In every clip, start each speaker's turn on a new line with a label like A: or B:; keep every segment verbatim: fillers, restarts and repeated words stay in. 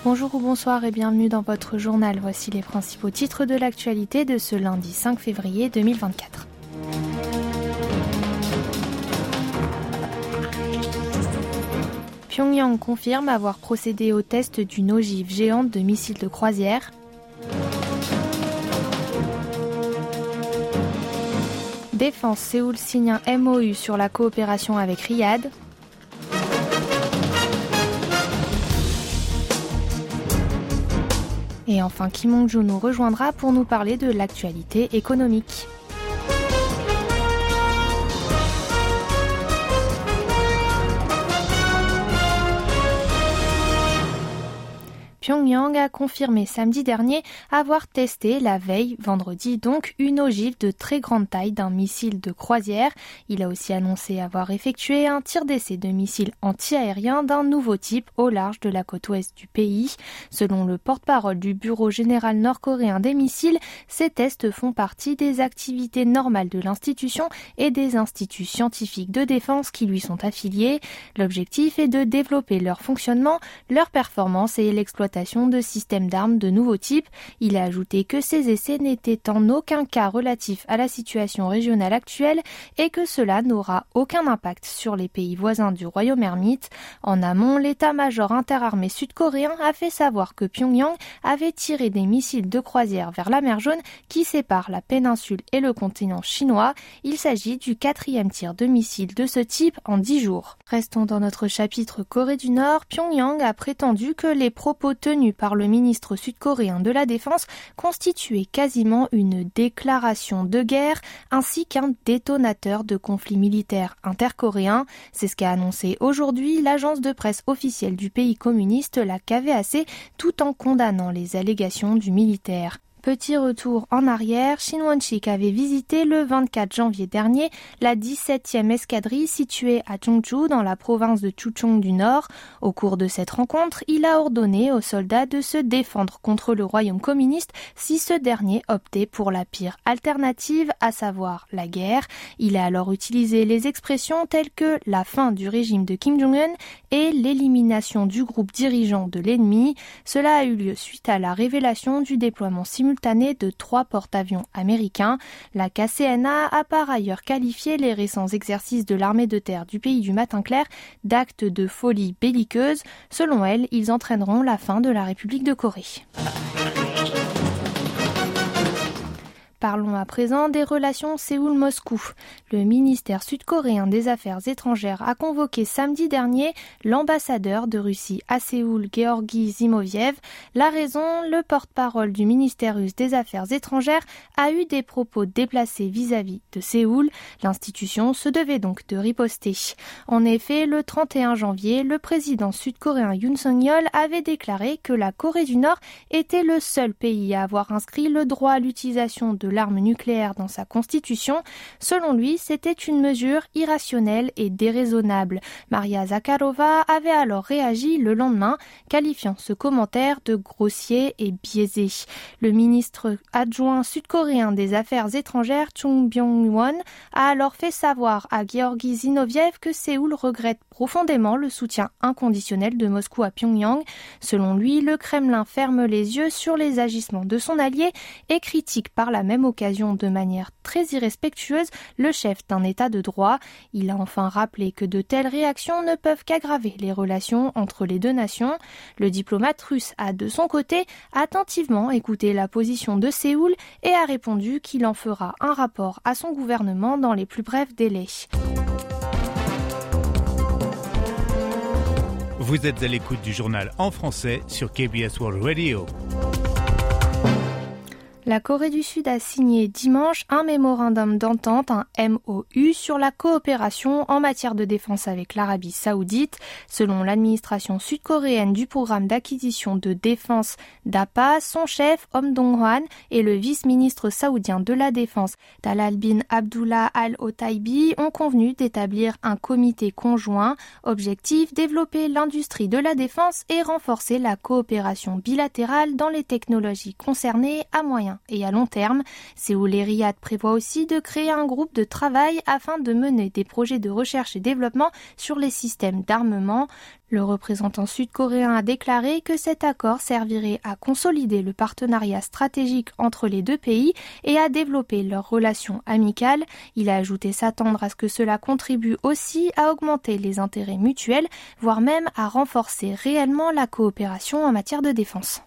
A: Bonjour ou bonsoir et bienvenue dans votre journal. Voici les principaux titres de l'actualité de ce lundi cinq février deux mille vingt-quatre. Pyongyang confirme avoir procédé au test d'une ogive géante de missiles de croisière. Défense, Séoul signe un M O U sur la coopération avec Riyad. Et enfin, Kim Hong-joo nous rejoindra pour nous parler de l'actualité économique. Pyongyang a confirmé samedi dernier avoir testé la veille, vendredi donc, une ogive de très grande taille d'un missile de croisière. Il a aussi annoncé avoir effectué un tir d'essai de missiles anti-aériens d'un nouveau type au large de la côte ouest du pays. Selon le porte-parole du Bureau général nord-coréen des missiles, ces tests font partie des activités normales de l'institution et des instituts scientifiques de défense qui lui sont affiliés. L'objectif est de développer leur fonctionnement, leur performance et l'exploitation de systèmes d'armes de nouveaux types. Il a ajouté que ces essais n'étaient en aucun cas relatifs à la situation régionale actuelle et que cela n'aura aucun impact sur les pays voisins du royaume ermite. En amont, l'état-major interarmé sud-coréen a fait savoir que Pyongyang avait tiré des missiles de croisière vers la mer Jaune qui sépare la péninsule et le continent chinois. Il s'agit du quatrième tir de missiles de ce type en dix jours. Restons dans notre chapitre Corée du Nord. Pyongyang a prétendu que les propos tenus par le ministre sud-coréen de la Défense constituait quasiment une déclaration de guerre ainsi qu'un détonateur de conflits militaires intercoréens. C'est ce qu'a annoncé aujourd'hui l'agence de presse officielle du pays communiste, la K V A C, tout en condamnant les allégations du militaire. Petit retour en arrière, Shin Won-sik avait visité le vingt-quatre janvier dernier la dix-septième escadrille située à Cheongju dans la province de Chucheong du Nord. Au cours de cette rencontre, il a ordonné aux soldats de se défendre contre le royaume communiste si ce dernier optait pour la pire alternative, à savoir la guerre. Il a alors utilisé les expressions telles que la fin du régime de Kim Jong-un et l'élimination du groupe dirigeant de l'ennemi. Cela a eu lieu suite à la révélation du déploiement simultané simultanée de trois porte-avions américains. La K C N A a par ailleurs qualifié les récents exercices de l'armée de terre du pays du matin clair d'actes de folie belliqueuse. Selon elle, ils entraîneront la fin de la République de Corée. Parlons à présent des relations Séoul-Moscou. Le ministère sud-coréen des Affaires étrangères a convoqué samedi dernier l'ambassadeur de Russie à Séoul, Georgi Zimoviev. La raison, le porte-parole du ministère russe des Affaires étrangères a eu des propos déplacés vis-à-vis de Séoul. L'institution se devait donc de riposter. En effet, le trente et un janvier, le président sud-coréen Yoon Suk-yeol avait déclaré que la Corée du Nord était le seul pays à avoir inscrit le droit à l'utilisation de l'arme nucléaire dans sa constitution. Selon lui, c'était une mesure irrationnelle et déraisonnable. Maria Zakharova avait alors réagi le lendemain, qualifiant ce commentaire de grossier et biaisé. Le ministre adjoint sud-coréen des Affaires étrangères, Chung Byung-won, a alors fait savoir à Georgi Zinoviev que Séoul regrette profondément le soutien inconditionnel de Moscou à Pyongyang. Selon lui, le Kremlin ferme les yeux sur les agissements de son allié et critique par la même occasion de manière très irrespectueuse le chef d'un État de droit. Il a enfin rappelé que de telles réactions ne peuvent qu'aggraver les relations entre les deux nations. Le diplomate russe a de son côté attentivement écouté la position de Séoul et a répondu qu'il en fera un rapport à son gouvernement dans les plus brefs délais.
B: Vous êtes à l'écoute du journal en français sur K B S World Radio.
A: La Corée du Sud a signé dimanche un mémorandum d'entente, un M O U, sur la coopération en matière de défense avec l'Arabie saoudite. Selon l'administration sud-coréenne du programme d'acquisition de défense D A P A, son chef, Om Dong-hwan, et le vice-ministre saoudien de la Défense, Talal bin Abdullah Al-Otaibi, ont convenu d'établir un comité conjoint. Objectif, développer l'industrie de la défense et renforcer la coopération bilatérale dans les technologies concernées à moyen et à long terme. Séoul et Riyad prévoient aussi de créer un groupe de travail afin de mener des projets de recherche et développement sur les systèmes d'armement. Le représentant sud-coréen a déclaré que cet accord servirait à consolider le partenariat stratégique entre les deux pays et à développer leurs relations amicales. Il a ajouté s'attendre à ce que cela contribue aussi à augmenter les intérêts mutuels, voire même à renforcer réellement la coopération en matière de défense.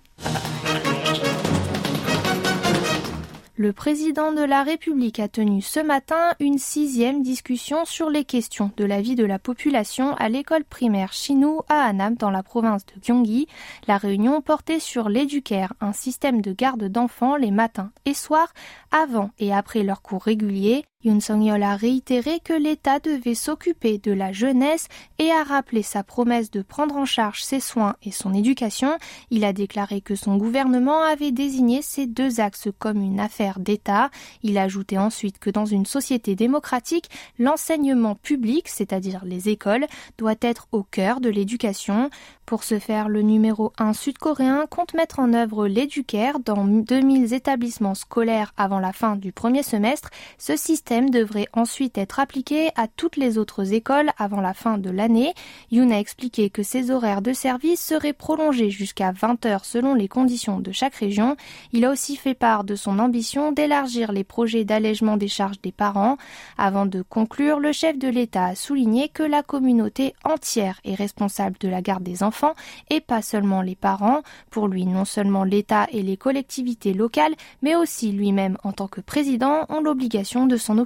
A: Le président de la République a tenu ce matin une sixième discussion sur les questions de la vie de la population à l'école primaire Shinwoo à Hanam dans la province de Gyeonggi. La réunion portait sur l'Éducare, un système de garde d'enfants les matins et soirs, avant et après leurs cours réguliers. Yoon Sung-yeol a réitéré que l'État devait s'occuper de la jeunesse et a rappelé sa promesse de prendre en charge ses soins et son éducation. Il a déclaré que son gouvernement avait désigné ces deux axes comme une affaire d'État. Il a ajouté ensuite que dans une société démocratique, l'enseignement public, c'est-à-dire les écoles, doit être au cœur de l'éducation. Pour ce faire, le numéro un sud-coréen compte mettre en œuvre l'Éducare dans deux mille établissements scolaires avant la fin du premier semestre. Ce système devrait ensuite être appliqué à toutes les autres écoles avant la fin de l'année. Yoon a expliqué que ces horaires de service seraient prolongés jusqu'à vingt heures selon les conditions de chaque région. Il a aussi fait part de son ambition d'élargir les projets d'allègement des charges des parents. Avant de conclure, le chef de l'État a souligné que la communauté entière est responsable de la garde des enfants et pas seulement les parents. Pour lui, non seulement l'État et les collectivités locales, mais aussi lui-même en tant que président ont l'obligation de s'en occuper.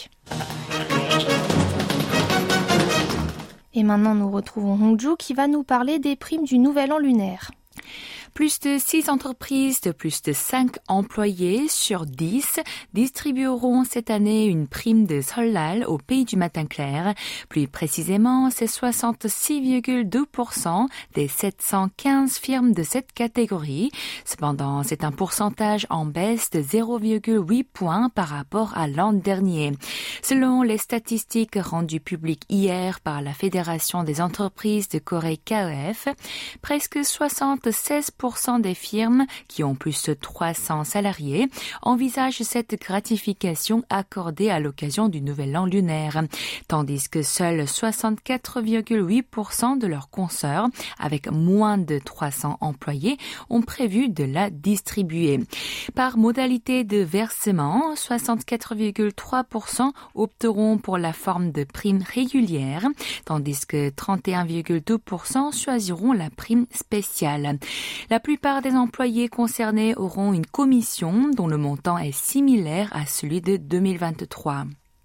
A: Et maintenant, nous retrouvons Hongju qui va nous parler des primes du Nouvel An lunaire.
C: Plus de six entreprises de plus de cinq employés sur dix distribueront cette année une prime de Seollal au pays du matin clair. Plus précisément, c'est soixante-six virgule deux pour cent des sept cent quinze firmes de cette catégorie. Cependant, c'est un pourcentage en baisse de zéro virgule huit points par rapport à l'an dernier. Selon les statistiques rendues publiques hier par la Fédération des entreprises de Corée K E F, presque soixante-seize pour cent des firmes qui ont plus de trois cents salariés envisagent cette gratification accordée à l'occasion du Nouvel An lunaire, tandis que seuls soixante-quatre virgule huit pour cent de leurs consoeurs avec moins de trois cents employés ont prévu de la distribuer. Par modalité de versement, soixante-quatre virgule trois pour cent opteront pour la forme de prime régulière, tandis que trente et un virgule deux pour cent choisiront la prime spéciale. La plupart des employés concernés auront une commission dont le montant est similaire à celui de deux mille vingt-trois.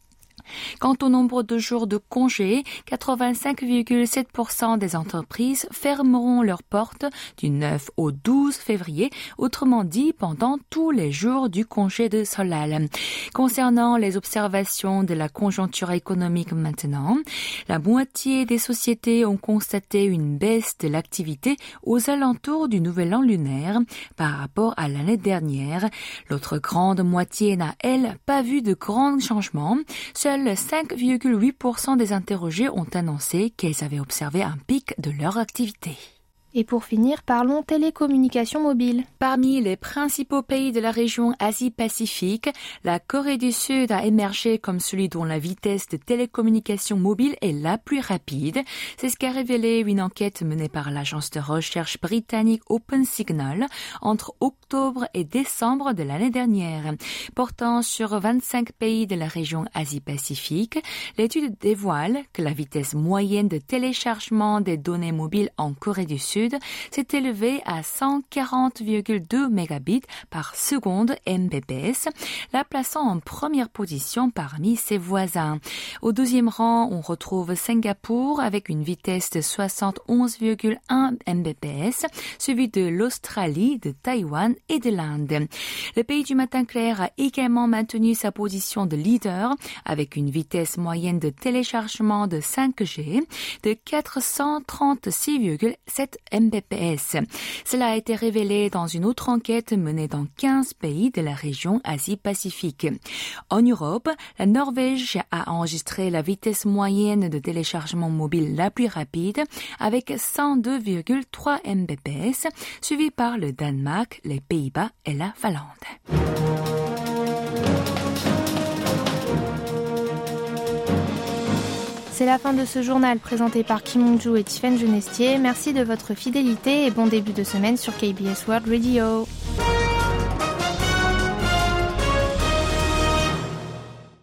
C: Quant au nombre de jours de congé, quatre-vingt-cinq virgule sept pour cent des entreprises fermeront leurs portes du neuf au douze février, autrement dit pendant tous les jours du congé de Seollal. Concernant les observations de la conjoncture économique maintenant, la moitié des sociétés ont constaté une baisse de l'activité aux alentours du Nouvel An lunaire par rapport à l'année dernière. L'autre grande moitié n'a, elle, pas vu de grands changements. Seuls cinq virgule huit pour cent des interrogés ont annoncé qu'elles avaient observé un pic de leur activité.
A: Et pour finir, parlons télécommunications mobiles.
C: Parmi les principaux pays de la région Asie-Pacifique, la Corée du Sud a émergé comme celui dont la vitesse de télécommunications mobiles est la plus rapide. C'est ce qu'a révélé une enquête menée par l'agence de recherche britannique OpenSignal entre octobre et décembre de l'année dernière. Portant sur vingt-cinq pays de la région Asie-Pacifique, l'étude dévoile que la vitesse moyenne de téléchargement des données mobiles en Corée du Sud s'est élevé à cent quarante virgule deux mégabits par seconde M B P S, la plaçant en première position parmi ses voisins. Au deuxième rang, on retrouve Singapour avec une vitesse de soixante et onze virgule un M B P S, suivi de l'Australie, de Taïwan et de l'Inde. Le pays du matin clair a également maintenu sa position de leader avec une vitesse moyenne de téléchargement de cinq G de quatre cent trente-six virgule sept mégabits par seconde. Cela a été révélé dans une autre enquête menée dans quinze pays de la région Asie-Pacifique. En Europe, la Norvège a enregistré la vitesse moyenne de téléchargement mobile la plus rapide avec cent deux virgule trois mégabits par seconde, suivi par le Danemark, les Pays-Bas et la Finlande.
A: C'est la fin de ce journal présenté par Kim Hong-joo et Tiffaine Genestier. Merci de votre fidélité et bon début de semaine sur K B S World Radio.